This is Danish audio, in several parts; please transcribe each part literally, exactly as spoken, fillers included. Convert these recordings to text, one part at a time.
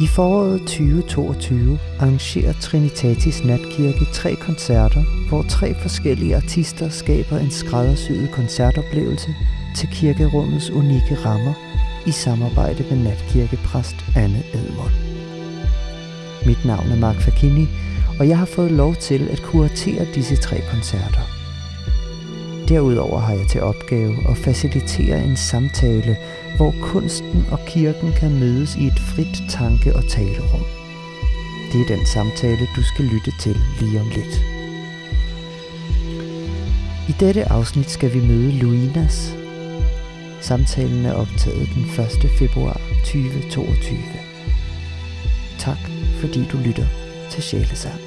I foråret tyve toogtyve arrangerer Trinitatis Natkirke tre koncerter, hvor tre forskellige artister skaber en skræddersyet koncertoplevelse til kirkerummets unikke rammer i samarbejde med natkirkepræst Anne Edmund. Mit navn er Mark Facchini, og jeg har fået lov til at kuratere disse tre koncerter. Derudover har jeg til opgave at facilitere en samtale, hvor kunsten og kirken kan mødes i et frit tanke- og talerum. Det er den samtale, du skal lytte til lige om lidt. I dette afsnit skal vi møde Luinas. Samtalen er optaget den første februar tyve toogtyve. Tak, fordi du lytter til Sjælesang.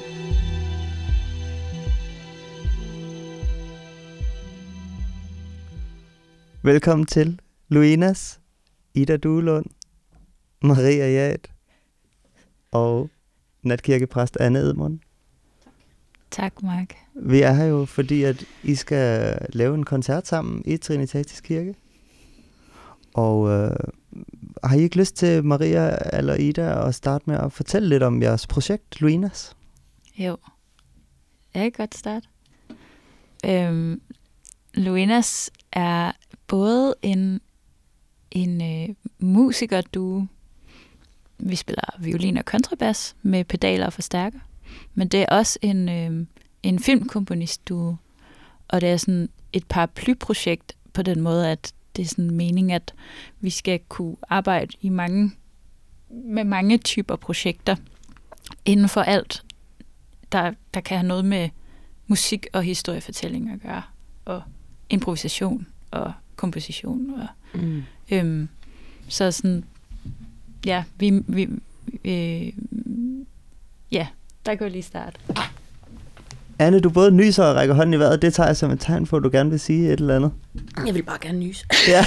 Velkommen til Luinas, Ida Duelund, Maria Jad og natkirkepræst Anne Edmund. Tak, Mark. Vi er her jo, fordi at I skal lave en koncert sammen i Trinitatis Kirke. Og øh, har I ikke lyst til, Maria eller Ida, at starte med at fortælle lidt om jeres projekt, Luinas? Jo, jeg kan godt starte. Øhm, Luinas er både en, en øh, musikerduo. Vi spiller violin og kontrabas med pedaler og forstærker. Men det er også en, øh, en filmkomponistduo. Og det er sådan et paraplyprojekt på den måde, at det er sådan mening, at vi skal kunne arbejde i mange, med mange typer projekter inden for alt, der, der kan have noget med musik og historiefortælling at gøre, og improvisation og komposition. Og, mm. øhm, så sådan, ja, vi, vi øh, ja, der kan vi lige starte. Anne, du både nyser og rækker hånden i vejret. Det tager jeg som et tegn på, at du gerne vil sige et eller andet. Jeg vil bare gerne nyse. Ja.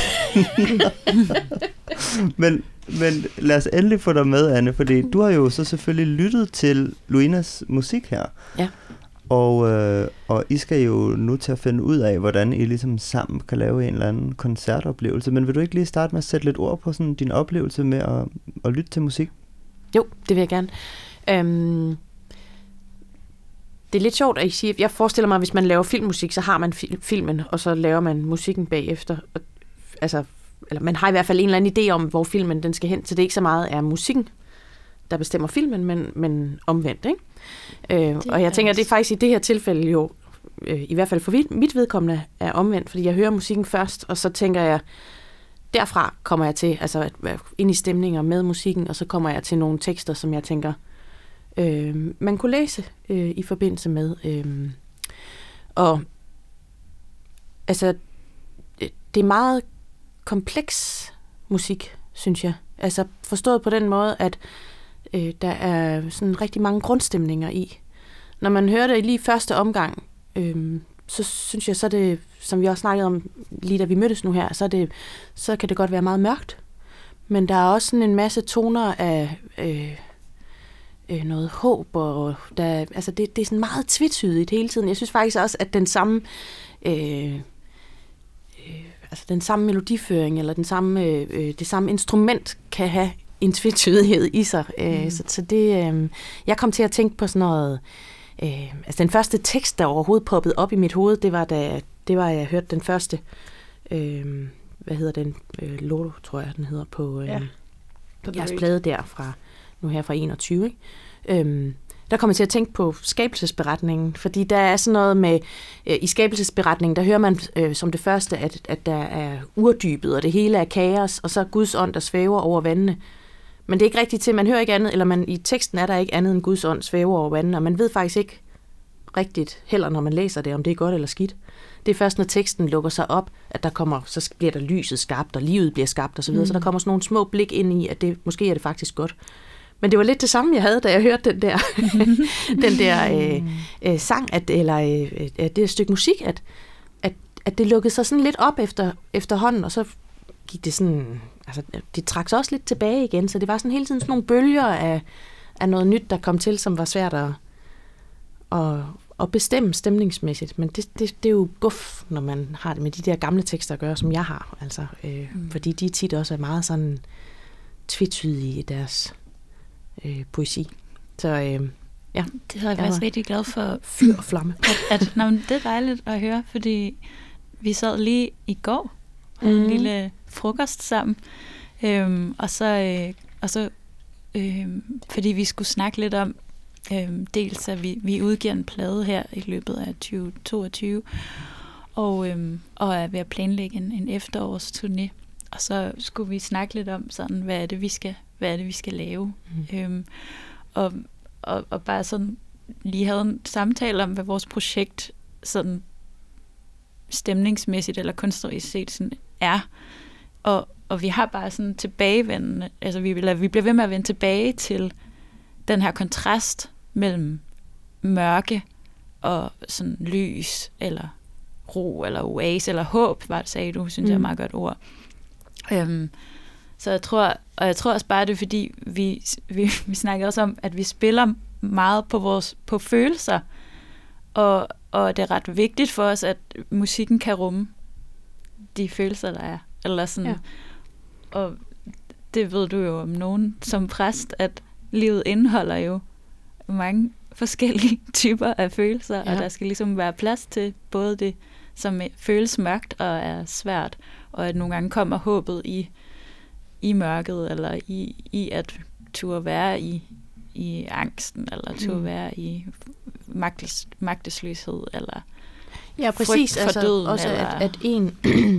men, men lad os endelig få dig med, Anne, fordi du har jo så selvfølgelig lyttet til Luinas musik her. Ja. Og, øh, og I skal jo nu til at finde ud af, hvordan I ligesom sammen kan lave en eller anden koncertoplevelse. Men vil du ikke lige starte med at sætte lidt ord på sådan din oplevelse med at, at lytte til musik? Jo, det vil jeg gerne. Øhm Det er lidt sjovt, at I siger, jeg forestiller mig, at hvis man laver filmmusik, så har man fil- filmen, og så laver man musikken bagefter. Og, altså, eller man har i hvert fald en eller anden idé om, hvor filmen den skal hen, så det er ikke så meget er musikken, der bestemmer filmen, men, men omvendt, ikke? Øh, og jeg tænker, det er faktisk i det her tilfælde jo, øh, i hvert fald for mit vedkommende, er omvendt, fordi jeg hører musikken først, og så tænker jeg, derfra kommer jeg til, altså ind i stemninger med musikken, og så kommer jeg til nogle tekster, som jeg tænker, Øh, man kunne læse øh, i forbindelse med. Øh, og altså, det er meget kompleks musik, synes jeg. Altså forstået på den måde, at øh, der er sådan rigtig mange grundstemninger i. Når man hører det lige første omgang, øh, så synes jeg, så er det, som vi også snakkede om lige da vi mødtes nu her, så, er det, så kan det godt være meget mørkt. Men der er også sådan en masse toner af Øh, noget håb, og der, altså det, det er sådan meget tvetydigt hele tiden. Jeg synes faktisk også, at den samme øh, øh, altså den samme melodiføring, eller den samme, øh, det samme instrument kan have en tvetydighed i sig. Mm. Så, så det, øh, jeg kom til at tænke på sådan noget, øh, altså den første tekst, der overhovedet poppede op i mit hoved, det var, da, det var, jeg hørte den første, øh, hvad hedder den, øh, Lotto, tror jeg, den hedder, på, øh, ja, på jeres plade der fra nu her fra enogtyve, ikke? Øhm, der kommer jeg til at tænke på skabelsesberetningen, fordi der er sådan noget med, øh, i skabelsesberetningen, der hører man øh, som det første, at, at der er urdybet, og det hele er kaos, og så er Guds ånd, der svæver over vandene. Men det er ikke rigtigt til, man hører ikke andet, eller man, i teksten er der ikke andet end Guds ånd svæver over vandene, og man ved faktisk ikke rigtigt heller, når man læser det, om det er godt eller skidt. Det er først, når teksten lukker sig op, at der kommer, så bliver der lyset skabt, og livet bliver skabt, og så videre, mm. så der kommer sådan nogle små blik ind i, at det, måske er det faktisk godt. Men det var lidt det samme, jeg havde, da jeg hørte den der, den der øh, øh, sang, at, eller øh, det der stykke musik, at, at, at det lukkede sig sådan lidt op efter, efterhånden, og så gik det sådan, altså det trak sig også lidt tilbage igen, så det var sådan hele tiden sådan nogle bølger af, af noget nyt, der kom til, som var svært at, at, at bestemme stemningsmæssigt. Men det, det, det er jo guf, når man har det med de der gamle tekster at gøre, som jeg har, altså, øh, mm. fordi de tit også er meget sådan tvetydige i deres øh, poesi. Så øh, ja. Det har jeg faktisk var rigtig glad for. Fyr og flamme. At, at, nå, men det er dejligt at høre, fordi vi sad lige i går og havde Mhm. en lille frokost sammen. Øhm, og så, øh, og så øhm, fordi vi skulle snakke lidt om, øhm, dels at vi, vi udgiver en plade her i løbet af tyve toogtyve, og, øhm, og er ved at planlægge en, en efterårsturné. Og så skulle vi snakke lidt om, sådan, hvad er det, vi skal, hvad er det, vi skal lave. Mm. Øhm, og, og, og bare sådan lige havde en samtale om, hvad vores projekt sådan stemningsmæssigt eller kunstnerisk set sådan er. Og, og vi har bare sådan tilbagevendende, altså vi, eller vi bliver ved med at vende tilbage til den her kontrast mellem mørke og sådan lys, eller ro, eller oase, eller håb, var det, sagde du, synes mm. jeg er et meget godt ord. Øhm, så jeg tror, og jeg tror også bare, det er fordi, vi, vi, vi snakker også om, at vi spiller meget på vores på følelser, og, og det er ret vigtigt for os, at musikken kan rumme de følelser, der er. Eller sådan, ja. Og det ved du jo om nogen som præst, at livet indeholder jo mange forskellige typer af følelser, ja. Og der skal ligesom være plads til både det, som føles mørkt og er svært, og at nogle gange kommer håbet i, i mørket, eller i, i at turde være i, i angsten, eller turde mm. være i magtes, magtesløshed, eller ja, præcis, frygt for altså, døden. også eller at, at en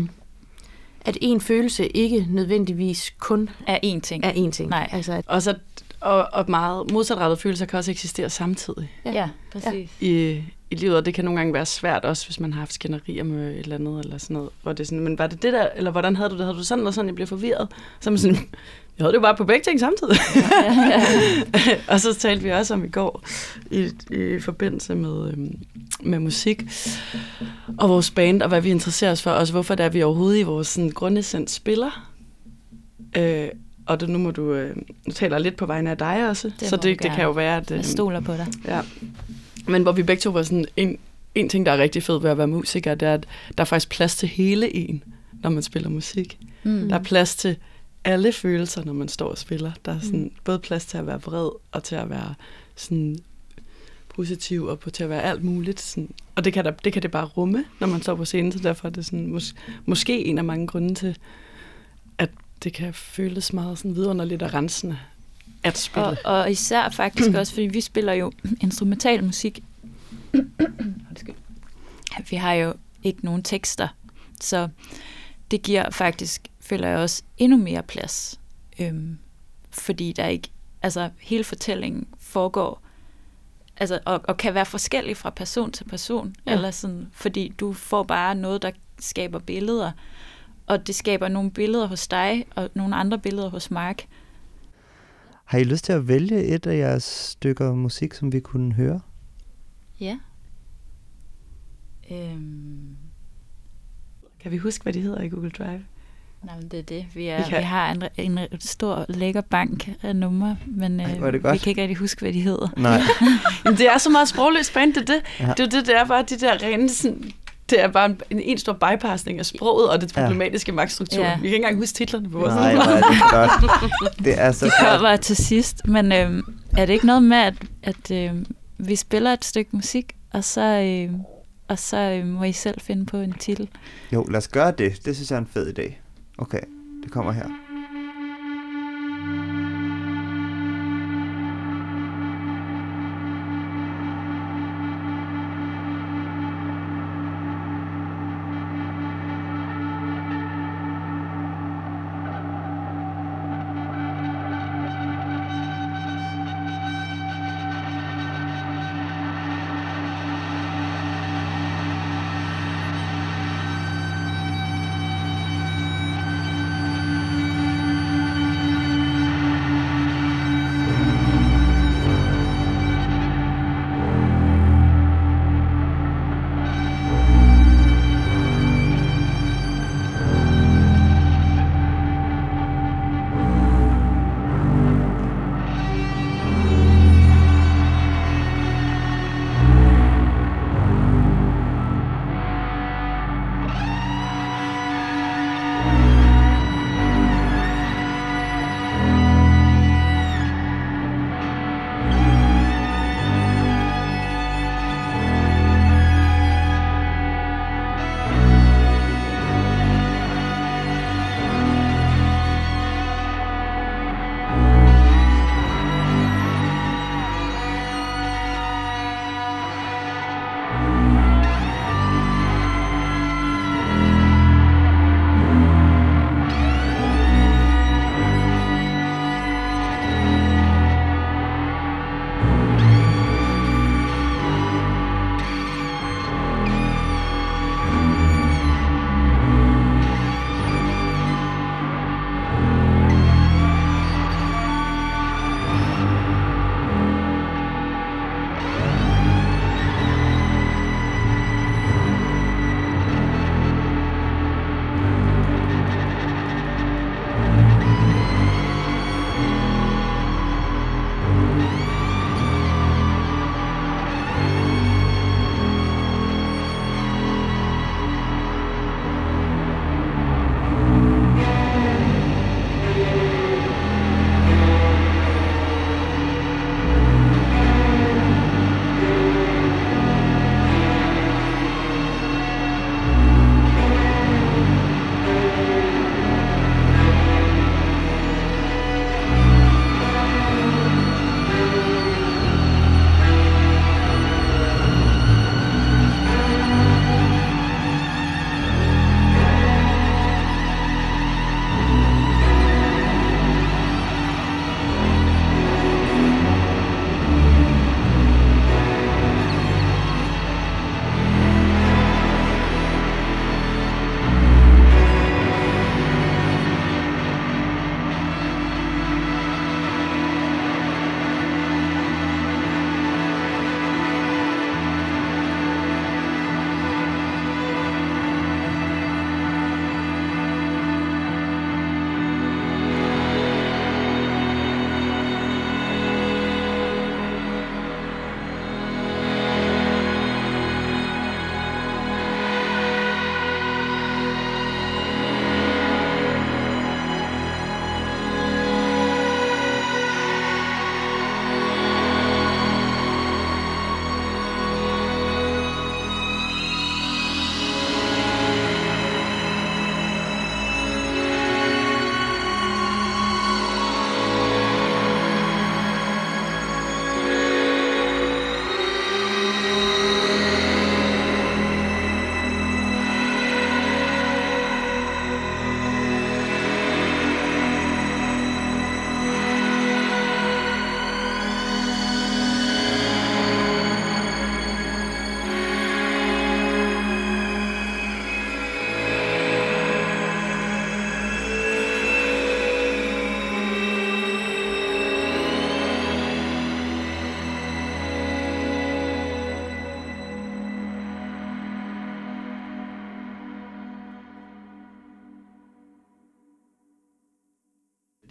at en følelse ikke nødvendigvis kun er én ting. Er én ting. Nej. Altså, at, Også at, og, og meget modsatrettede følelser kan også eksistere samtidig. Ja, ja præcis. I, I livet, og det kan nogle gange være svært også, hvis man har haft skænderier med et eller andet, eller sådan noget. Hvor det er sådan, men var det det der, eller hvordan havde du det? Havde du sådan og sådan, jeg blev forvirret? Så man sådan, jeg havde det jo bare på begge ting samtidig. Ja, ja, ja. Og så talte vi også om i går, i, i forbindelse med, øhm, med musik, og vores band, og hvad vi interesserer os for, og også hvorfor det er, vi overhovedet i vores sådan, grundessens spiller. Øh, og det, nu må du, øh, nu taler jeg lidt på vegne af dig også, det så det, det kan jo være, at... Øh, jeg stoler på dig. Ja. Men hvor vi begge to var sådan, en, en ting, der er rigtig fed ved at være musiker, det er, at der er faktisk plads til hele en, når man spiller musik. Mm. Der er plads til alle følelser, når man står og spiller. Der er sådan, mm. både plads til at være vred, og til at være sådan positiv, og på til at være alt muligt. Sådan. Og det kan, der, det kan det bare rumme, når man står på scenen, så derfor er det sådan, mås- måske en af mange grunde til, at det kan føles meget sådan vidunderligt og rensende at spille. Og, og især faktisk også, fordi vi spiller jo instrumental musik. Vi har jo ikke nogen tekster, så det giver faktisk, føler jeg også, endnu mere plads. Øhm, fordi der ikke, altså hele fortællingen foregår, altså, og, og kan være forskellig fra person til person, ja. Eller sådan, fordi du får bare noget, der skaber billeder, og det skaber nogle billeder hos dig, og nogle andre billeder hos Mark. Har I lyst til at vælge et af jeres stykker musik, som vi kunne høre? Ja. Øhm. Kan vi huske, hvad de hedder i Google Drive? Nej, men det er det. Vi, er, vi, vi har en, en stor, lækker bank af numre, men Ej, øh, det godt. vi kan ikke rigtig huske, hvad de hedder. Nej. Jamen, det er så meget sprogløst band, det er det. Ja. Det er det, det er bare de der rene sådan, det er bare en, en stor bypassning af sproget og det problematiske ja. magtstruktur. Ja. Vi kan ikke engang huske titlerne på vores. Nej, nej, det er godt. Det er så de kommer til sidst, men øh, er det ikke noget med, at, at øh, vi spiller et stykke musik, og så, øh, og så øh, må I selv finde på en titel? Jo, lad os gøre det. Det synes jeg er en fed idé. Okay, det kommer her.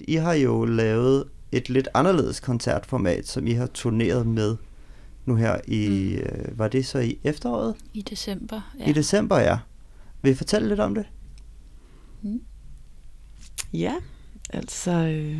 I har jo lavet et lidt anderledes koncertformat, som I har turneret med nu her i, mm. øh, var det så i efteråret? I december, ja. I december, ja. Vil I fortælle lidt om det? Mm. Ja, altså øh,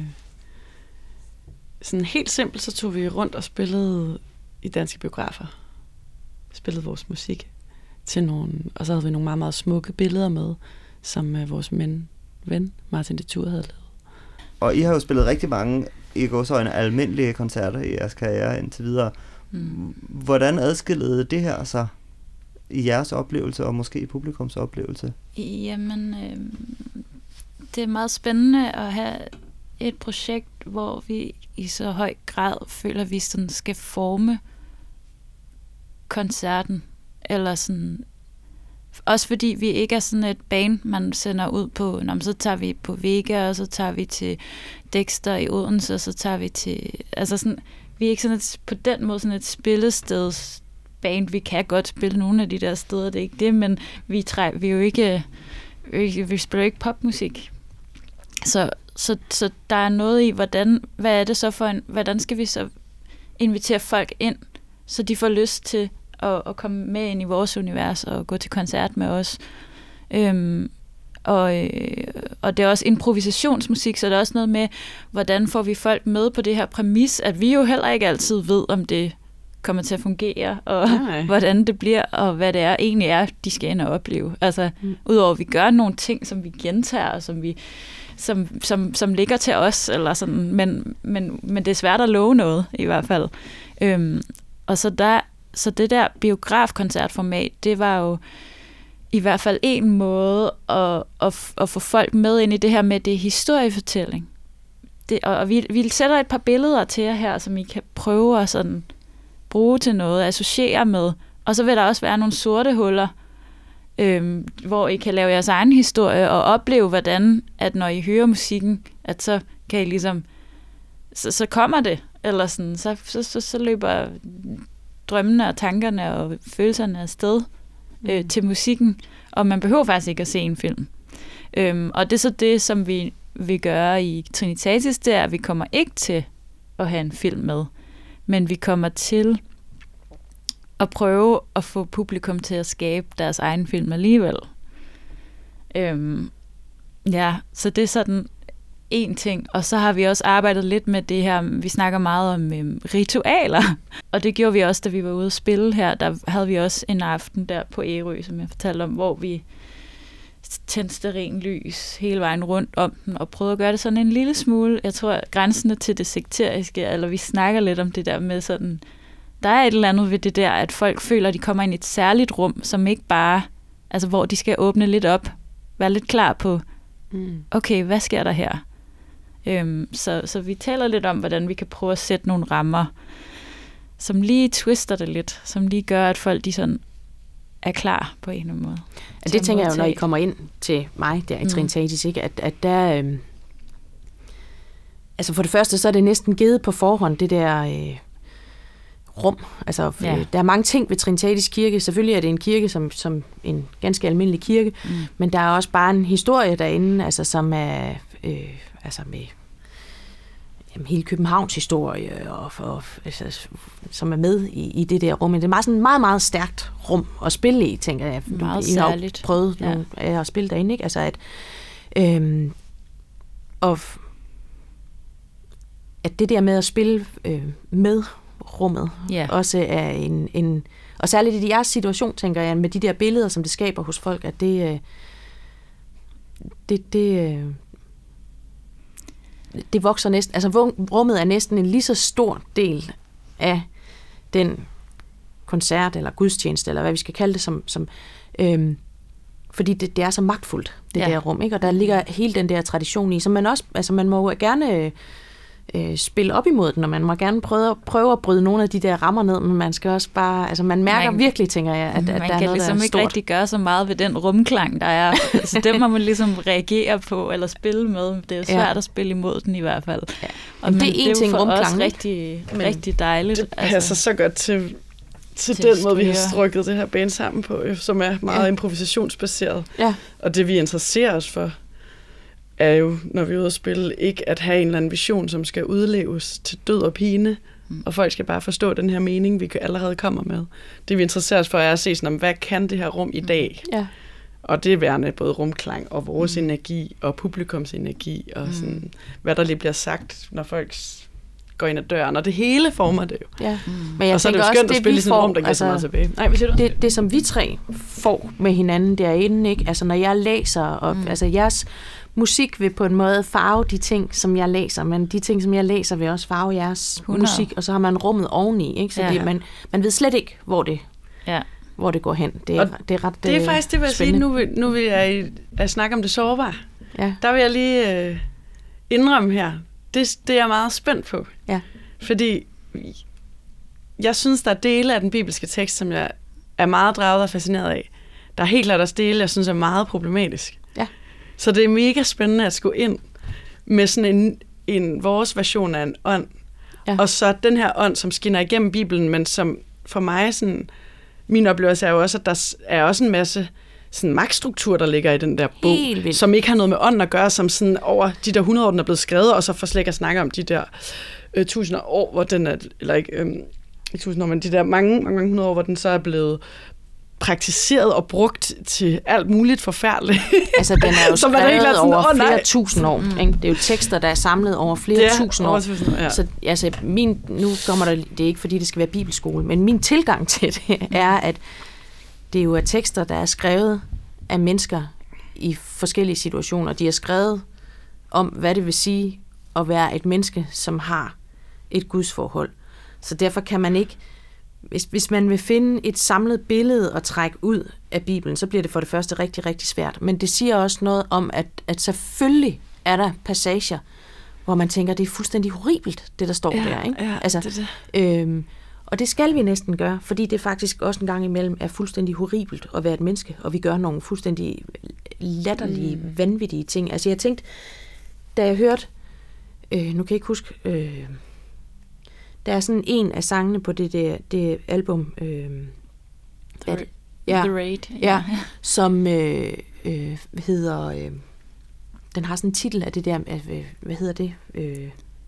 sådan helt simpelt, så tog vi rundt og spillede i danske biografer. Spillede vores musik til nogle, og så havde vi nogle meget, meget smukke billeder med, som øh, vores men, ven Martin de Tour havde lavet. Og I har jo spillet rigtig mange, i går så en almindelige koncerter i jeres karriere indtil videre. Mm. Hvordan adskillede det her sig i jeres oplevelse, og måske i publikums oplevelse? Jamen, øh, det er meget spændende at have et projekt, hvor vi i så høj grad føler, at vi sådan skal forme koncerten, eller sådan, også fordi vi ikke er sådan et band, man sender ud på, når så tager vi på Vega, og så tager vi til Dexter i Odense, og så tager vi til, altså sådan, vi er ikke sådan et, på den måde sådan et spillesteds band. Vi kan godt spille nogle af de der steder, det er ikke det, men vi, træ, vi er jo ikke, vi, vi spiller jo ikke popmusik. Så, så, så der er noget i, hvordan, hvad er det så for en, hvordan skal vi så invitere folk ind, så de får lyst til at, at komme med ind i vores univers og gå til koncert med os. Øhm, og, øh, og det er også improvisationsmusik, så det er også noget med, hvordan får vi folk med på det her præmis, at vi jo heller ikke altid ved, om det kommer til at fungere, og nej, hvordan det bliver, og hvad det er egentlig er, de skal ind og opleve. Altså, mm. udover at vi gør nogle ting, som vi gentager, og som vi som, som, som ligger til os, eller sådan, men, men, men det er svært at love noget, i hvert fald. Øhm, og så, der, så det der biografkoncertformat, det var jo i hvert fald en måde at, at, at få folk med ind i det her med, det historiefortælling. Det, og og vi, vi sætter et par billeder til jer her, som I kan prøve at sådan bruge til noget, associere med. Og så vil der også være nogle sorte huller, øhm, hvor I kan lave jeres egen historie og opleve, hvordan, at når I hører musikken, at så kan I ligesom, så, så kommer det, eller sådan, så, så, så, så løber drømmene og tankerne og følelserne afsted øh, mm. til musikken, og man behøver faktisk ikke at se en film. Øhm, og det er så det, som vi vil gøre i Trinitatis, det er, at vi kommer ikke til at have en film med, men vi kommer til at prøve at få publikum til at skabe deres egen film alligevel. Øhm, ja, så det er sådan en ting. Og så har vi også arbejdet lidt med det her, vi snakker meget om øhm, ritualer. Og det gjorde vi også, da vi var ude at spille her. Der havde vi også en aften der på Ærø, som jeg fortalte om, hvor vi tændte stearinlys hele vejen rundt om den, og prøvede at gøre det sådan en lille smule, jeg tror, grænsende til det sekteriske, eller vi snakker lidt om det der med sådan, der er et eller andet ved det der, at folk føler, at de kommer ind i et særligt rum, som ikke bare, altså hvor de skal åbne lidt op, være lidt klar på, mm. okay, hvad sker der her? Øhm, så, så vi taler lidt om, hvordan vi kan prøve at sætte nogle rammer, som lige twister det lidt, som lige gør, at folk de sådan er klar på en eller anden måde. Ja, det tænker jeg jo, når I kommer ind til mig der i mm. Trinitatis, ikke? At, at der, øh, altså for det første, så er det næsten givet på forhånd, det der øh, rum. Altså, ja. øh, der er mange ting ved Trinitatis kirke. Selvfølgelig er det en kirke, som, som en ganske almindelig kirke, mm. men der er også bare en historie derinde, altså, som er øh, altså med jamen, hele Københavns historie, og, og, altså, som er med i, i det der rum. Men det er meget, sådan meget, meget stærkt rum at spille i, tænker jeg. Meget I har særligt. prøvet ja. nogle af at spille derinde, ikke? Altså at, øhm, og, at det der med at spille øh, med rummet, yeah. også er en, en... Og særligt i jeres situation, tænker jeg, med de der billeder, som det skaber hos folk, at det... Øh, det, det øh, det vokser næsten, altså rummet er næsten en lige så stor del af den koncert eller gudstjeneste, eller hvad vi skal kalde det, som, som øhm, fordi det, det er så magtfuldt, det ja. der rum, ikke? Og der ligger hele den der tradition i, så man også, altså man må gerne øh, spille op imod den, og man må gerne prøve, prøve at bryde nogle af de der rammer ned, men man skal også bare, altså man mærker man, virkelig, tænker jeg, at, at der er noget, der er stort. Man kan ligesom ikke rigtig gøre så meget ved den rumklang, der er, så det må man ligesom reagere på, eller spille med. Det er jo svært ja. at spille imod den i hvert fald. Ja. Og men det er en ting, rumklang. Det er jo rigtig, rigtig dejligt. Det passer altså, så godt til, til, til den måde, vi har strukket det her band sammen på, som er meget ja. improvisationsbaseret. Ja. Og det, vi interesserer os for, er jo, når vi er ude at spille, ikke at have en eller anden vision, som skal udleves til død og pine, mm. og folk skal bare forstå den her mening, vi allerede kommer med. Det vi interesserer os for er at se sådan, hvad kan det her rum i dag? Ja. Og det er værende både rumklang og vores mm. energi og publikums energi, og mm. sådan, hvad der lige bliver sagt, når folk går ind ad døren, og det hele former det jo. Ja. Mm. Men jeg og så er det jo også, skønt det, at spille i sådan et rum, der giver altså, så meget tilbage. Nej, hvad siger du? Det, det, som vi tre får med hinanden derinde, ikke? Altså, når jeg læser, og, mm. altså, jeres musik vil på en måde farve de ting, som jeg læser, men de ting, som jeg læser, vil også farve jeres hundrede musik, og så har man rummet oveni, ikke? Så ja, det, ja. Man, man ved slet ikke, hvor det, ja. hvor det går hen. Det er, det er ret Det er faktisk det, vil jeg sige, nu vil, nu vil jeg, jeg snakke om det sårbare. Ja. Der vil jeg lige øh, indrømme her, det, det er jeg meget spændt på. Ja. Fordi jeg synes, der er dele af den bibelske tekst, som jeg er meget draget og fascineret af. Der er helt klart også dele, jeg synes er meget problematisk. Ja. Så det er mega spændende at skulle ind med sådan en, en vores version af en ånd. Ja. Og så den her ånd, som skinner igennem Bibelen, men som for mig, sådan, min oplevelse er jo også, at der er også en masse sådan magtstruktur, der ligger i den der bog, som ikke har noget med ånden at gøre, som sådan over de der hundrede år, den er blevet skrevet, og så for slet ikke at snakke om de der øh, tusinder år, hvor den er, eller ikke, øh, ikke tusinder år, men de der mange, mange, mange hundrede år, hvor den så er blevet praktiseret og brugt til alt muligt forfærdeligt. Altså, den er jo skrevet sådan, over oh, flere tusind år. Mm. Ikke? Det er jo tekster, der er samlet over flere tusind år. Tusind år ja. Så altså, min, nu kommer der, det er ikke fordi, det skal være bibelskole, men min tilgang til det er, at det jo er tekster, der er skrevet af mennesker i forskellige situationer. De er skrevet om, hvad det vil sige at være et menneske, som har et gudsforhold. Så derfor kan man ikke, hvis, hvis man vil finde et samlet billede og trække ud af Bibelen, så bliver det for det første rigtig, rigtig svært. Men det siger også noget om, at, at selvfølgelig er der passager, hvor man tænker, det er fuldstændig horribelt, det der står ja, der. Ikke? Ja, altså, det, det. Øhm, og det skal vi næsten gøre, fordi det faktisk også en gang imellem er fuldstændig horribelt at være et menneske, og vi gør nogle fuldstændig latterlige, mm. vanvittige ting. Altså jeg tænkte, da jeg hørte, øh, nu kan jeg ikke huske, øh, der er sådan en af sangene på det, der, det album, øh, The, at, ja, The Raid, ja, ja, som øh, øh, hedder, øh, den har sådan en titel af det der, øh, hvad hedder det, øh,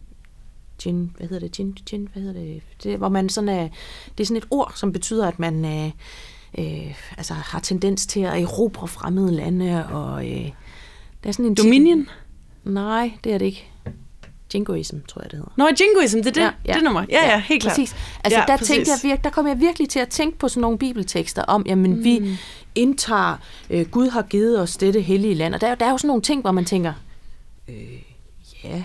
Gin, hvad hedder det? Gin, gin, hvad hedder det? Det, hvor man sådan er, det er sådan et ord, som betyder, at man øh, øh, altså har tendens til at erobre fremmede lande, og øh, der er sådan en Dominion? Titel. Nej, det er det ikke. Jingoism, tror jeg, det hedder. Nå, jingoism, det er det, ja, ja. det nummer. Ja, ja, helt klart. Præcis. Altså, ja, der, præcis. Tænkte jeg virke, der kom jeg virkelig til at tænke på sådan nogle bibeltekster om, jamen, mm. vi indtager, øh, Gud har givet os dette hellige land, og der, der er jo sådan nogle ting, hvor man tænker, øh, ja...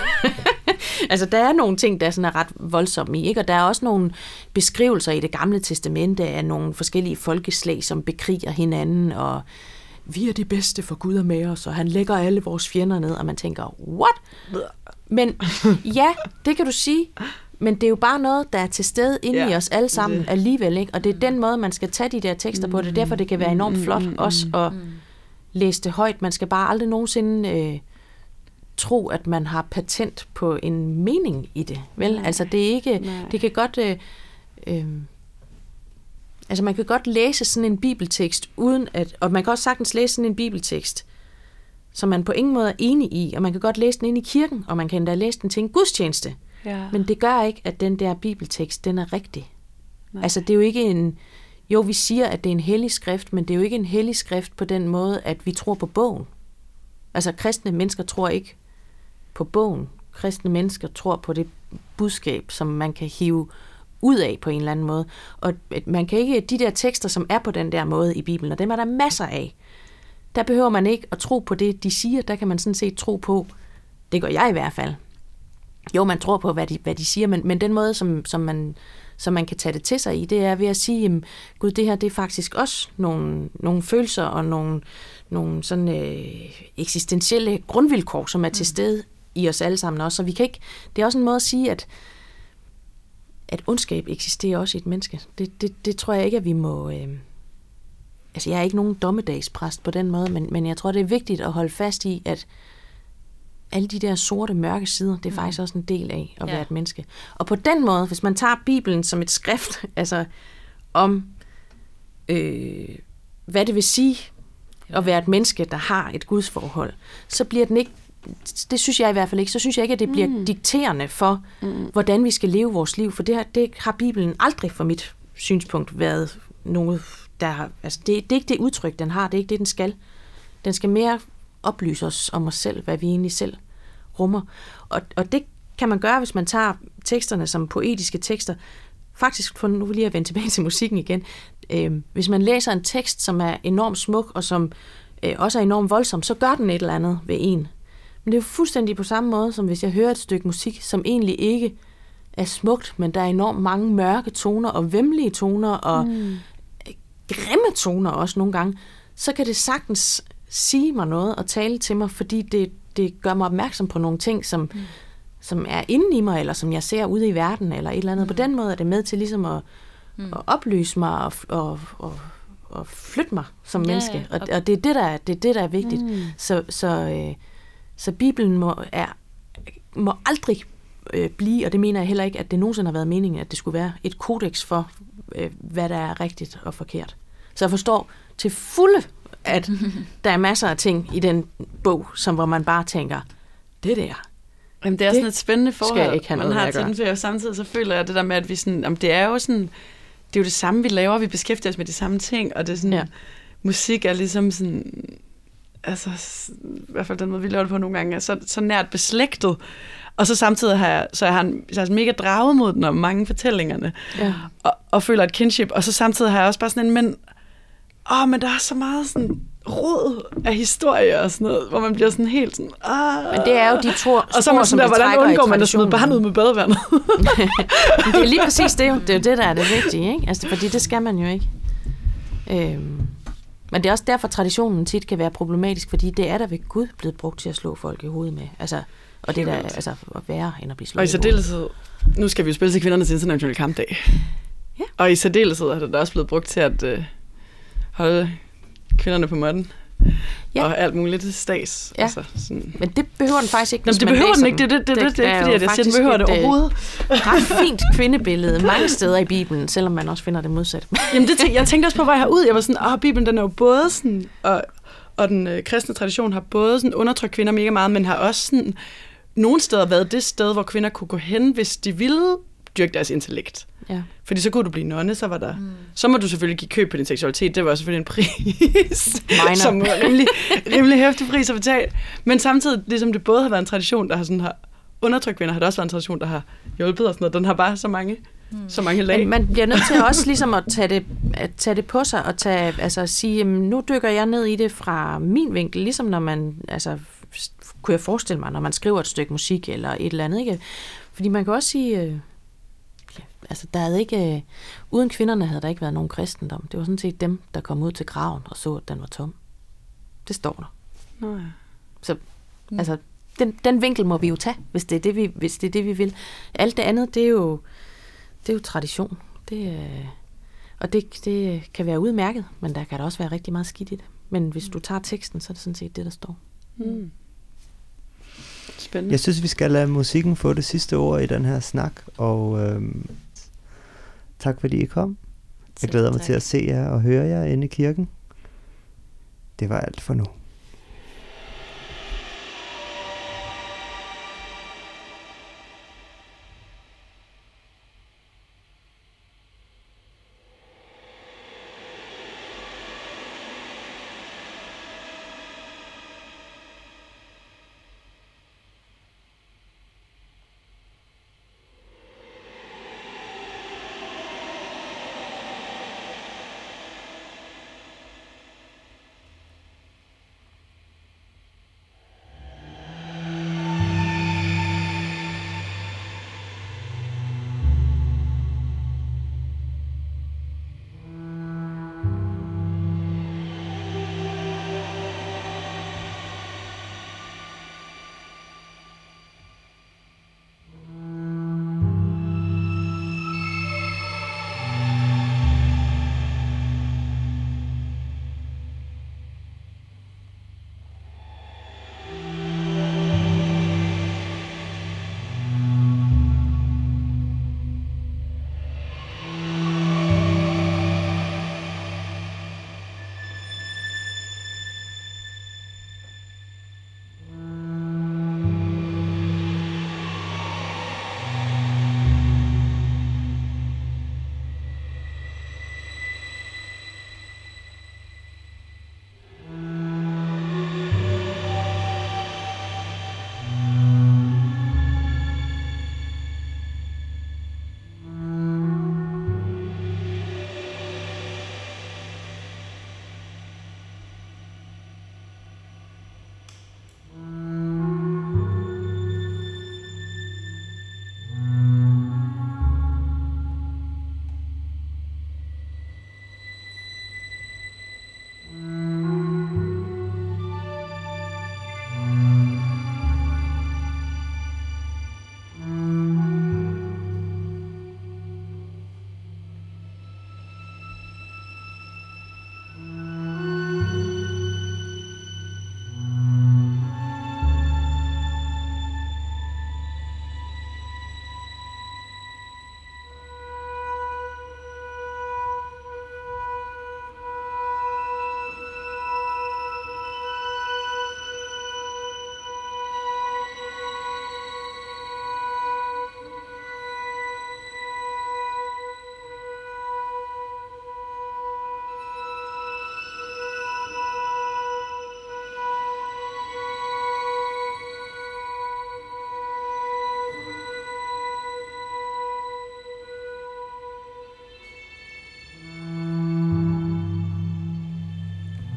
Altså, der er nogle ting, der sådan er ret voldsomme i, ikke? Og der er også nogle beskrivelser i Det Gamle Testamente af nogle forskellige folkeslag, som bekriger hinanden, og vi er de bedste, for Gud er med os, og han lægger alle vores fjender ned, og man tænker, what? Men ja, det kan du sige, men det er jo bare noget, der er til stede inde ja, i os alle sammen det. Alligevel, ikke? Og det er den måde, man skal tage de der tekster på. Det er derfor, det kan være enormt flot også at læse det højt. Man skal bare aldrig nogensinde... Øh, tro, at man har patent på en mening i det, vel? Nej, altså, det er ikke... Nej. Det kan godt... Øh, øh, altså, man kan godt læse sådan en bibeltekst, uden at... Og man kan også sagtens læse sådan en bibeltekst, som man på ingen måde er enig i, og man kan godt læse den ind i kirken, og man kan endda læse den til en gudstjeneste. Ja. Men det gør ikke, at den der bibeltekst, den er rigtig. Nej. Altså, det er jo ikke en... Jo, vi siger, at det er en hellig skrift, men det er jo ikke en hellig skrift på den måde, at vi tror på bogen. Altså, kristne mennesker tror ikke på bogen. Kristne mennesker tror på det budskab, som man kan hive ud af på en eller anden måde. Og man kan ikke, de der tekster, som er på den der måde i Bibelen, og dem er der masser af, der behøver man ikke at tro på det, de siger. Der kan man sådan set tro på, det gør jeg i hvert fald. Jo, man tror på, hvad de, hvad de siger, men, men den måde, som, som, man, som man kan tage det til sig i, det er ved at sige, jamen, gud, det her, det er faktisk også nogle, nogle følelser og nogle, nogle sådan øh, eksistentielle grundvilkår, som er til stede i os alle sammen også. Så vi kan ikke, det er også en måde at sige, at, at ondskab eksisterer også i et menneske. Det, det, det tror jeg ikke, at vi må... Øh, altså, jeg er ikke nogen dommedagspræst på den måde, men, men jeg tror, det er vigtigt at holde fast i, at alle de der sorte, mørke sider, det er faktisk også en del af at ja. være et menneske. Og på den måde, hvis man tager Bibelen som et skrift, altså om, øh, hvad det vil sige at være et menneske, der har et gudsforhold, så bliver den ikke, det synes jeg i hvert fald ikke, så synes jeg ikke, at det bliver mm. dikterende for, mm. hvordan vi skal leve vores liv, for det har, det har Bibelen aldrig fra mit synspunkt været noget, der har, altså det, det er ikke det udtryk, den har, det er ikke det, den skal. Den skal mere oplyse os om os selv, hvad vi egentlig selv rummer. Og, og det kan man gøre, hvis man tager teksterne som poetiske tekster. Faktisk, for nu vil jeg lige vende tilbage til musikken igen. Øh, hvis man læser en tekst, som er enormt smuk, og som øh, også er enormt voldsom, så gør den et eller andet ved en. Men det er jo fuldstændig på samme måde, som hvis jeg hører et stykke musik, som egentlig ikke er smukt, men der er enormt mange mørke toner, og væmmelige toner, og mm. grimme toner også nogle gange, så kan det sagtens sige mig noget og tale til mig, fordi det, det gør mig opmærksom på nogle ting, som, mm. som er inde i mig, eller som jeg ser ude i verden, eller et eller andet. Mm. På den måde er det med til ligesom at, mm. at oplyse mig og, og, og, og flytte mig som ja, menneske. Og, og det, er det, der er, det er det, der er vigtigt. Mm. Så, så, øh, så Bibelen må, er, må aldrig øh, blive, og det mener jeg heller ikke, at det nogensinde har været meningen, at det skulle være et kodex for, øh, hvad der er rigtigt og forkert. Så jeg forstår til fulde, at der er masser af ting i den bog, som hvor man bare tænker, det der. Jamen, det er det sådan et spændende forhold, ikke man har til den, for samtidig så føler jeg det der med, at vi sådan, jamen, det er jo sådan, det er jo det samme, vi laver, vi beskæftiger os med de samme ting, og det er sådan, ja. Musik er ligesom sådan, altså, i hvert fald den måde, vi laver det på nogle gange, er så, så nært beslægtet, og så samtidig har jeg, så jeg har en, så jeg mega draget mod den om mange fortællingerne, ja. og, og føler et kinship, og så samtidig har jeg også bare sådan en, men åh, men der er så meget sådan rod af historie og sådan noget, hvor man bliver sådan helt sådan, ah. Men det er jo de to og så er man sådan der, hvordan undgår man at smide barnet ud med badevandet? Det er lige præcis det, jo. Det er jo det, der er det vigtige, ikke? Altså, fordi det skal man jo ikke. Øhm. Men det er også derfor, traditionen tit kan være problematisk, fordi det er der ved Gud blevet brugt til at slå folk i hovedet med. Altså, og det der er altså at være end at blive slået. Og i særdeleshed, nu skal vi jo spille til kvindernes internationale kampdag. Ja. Og i særdeleshed er det også blevet brugt til at øh, holde kvinderne på måtten. Ja. Og alt muligt stads. Ja. Altså, sådan. Men det behøver den faktisk ikke. Nå, det behøver den ikke. Det, det, det, det, det, det er ikke, fordi jeg siger, den behøver det overhovedet. Ret fint kvindebillede mange steder i Bibelen, selvom man også finder det modsat. Jamen, det tænk, jeg tænkte også på vej herud. Jeg var sådan, åh, Bibelen, den er jo både sådan, og, og den øh, kristne tradition har både sådan undertrykt kvinder mega meget, men har også sådan, nogle steder været det sted, hvor kvinder kunne gå hen, hvis de ville dyrke deres intellekt. Ja. Fordi så kunne du blive nonne, så var der... Mm. Så må du selvfølgelig give køb på din seksualitet. Det var selvfølgelig en pris, som var rimelig, rimelig hæftig pris at betale. Men samtidig, ligesom det både har været en tradition, der har, sådan, har undertrykt kvinder, har det også været en tradition, der har hjulpet og sådan noget. Den har bare så mange, mm. så mange lag. Men man bliver nødt til også ligesom at tage det, at tage det på sig og tage, altså at sige, jamen, nu dykker jeg ned i det fra min vinkel, ligesom når man, altså kunne jeg forestille mig, når man skriver et stykke musik eller et eller andet, ikke? Fordi man kan også sige... Øh, Altså, der havde ikke, øh, uden kvinderne havde der ikke været nogen kristendom. Det var sådan set dem, der kom ud til graven og så, at den var tom. Det står der. Nå ja. Så, mm. altså, den, den vinkel må vi jo tage, hvis det er det, vi, hvis det er det, vi vil. Alt det andet, det er jo, det er jo tradition. Det, øh, og det, det kan være udmærket, men der kan der også være rigtig meget skidt i det. Men hvis du tager teksten, så er det sådan set det, der står. Mm. Spændende. Jeg synes, vi skal lade musikken få det sidste ord i den her snak, og øhm, tak fordi I kom. Jeg glæder mig til at se jer og høre jer inde i kirken. Det var alt for nu.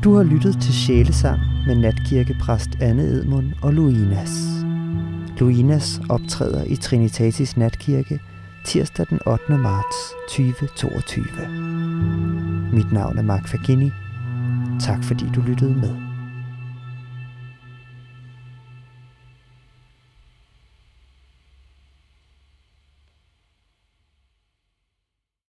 Du har lyttet til Sjælesang med natkirkepræst Anne Edmund og Luinas. Luinas optræder i Trinitatis Natkirke tirsdag den ottende marts tyve toogtyve. Mit navn er Mark Fagini. Tak fordi du lyttede med.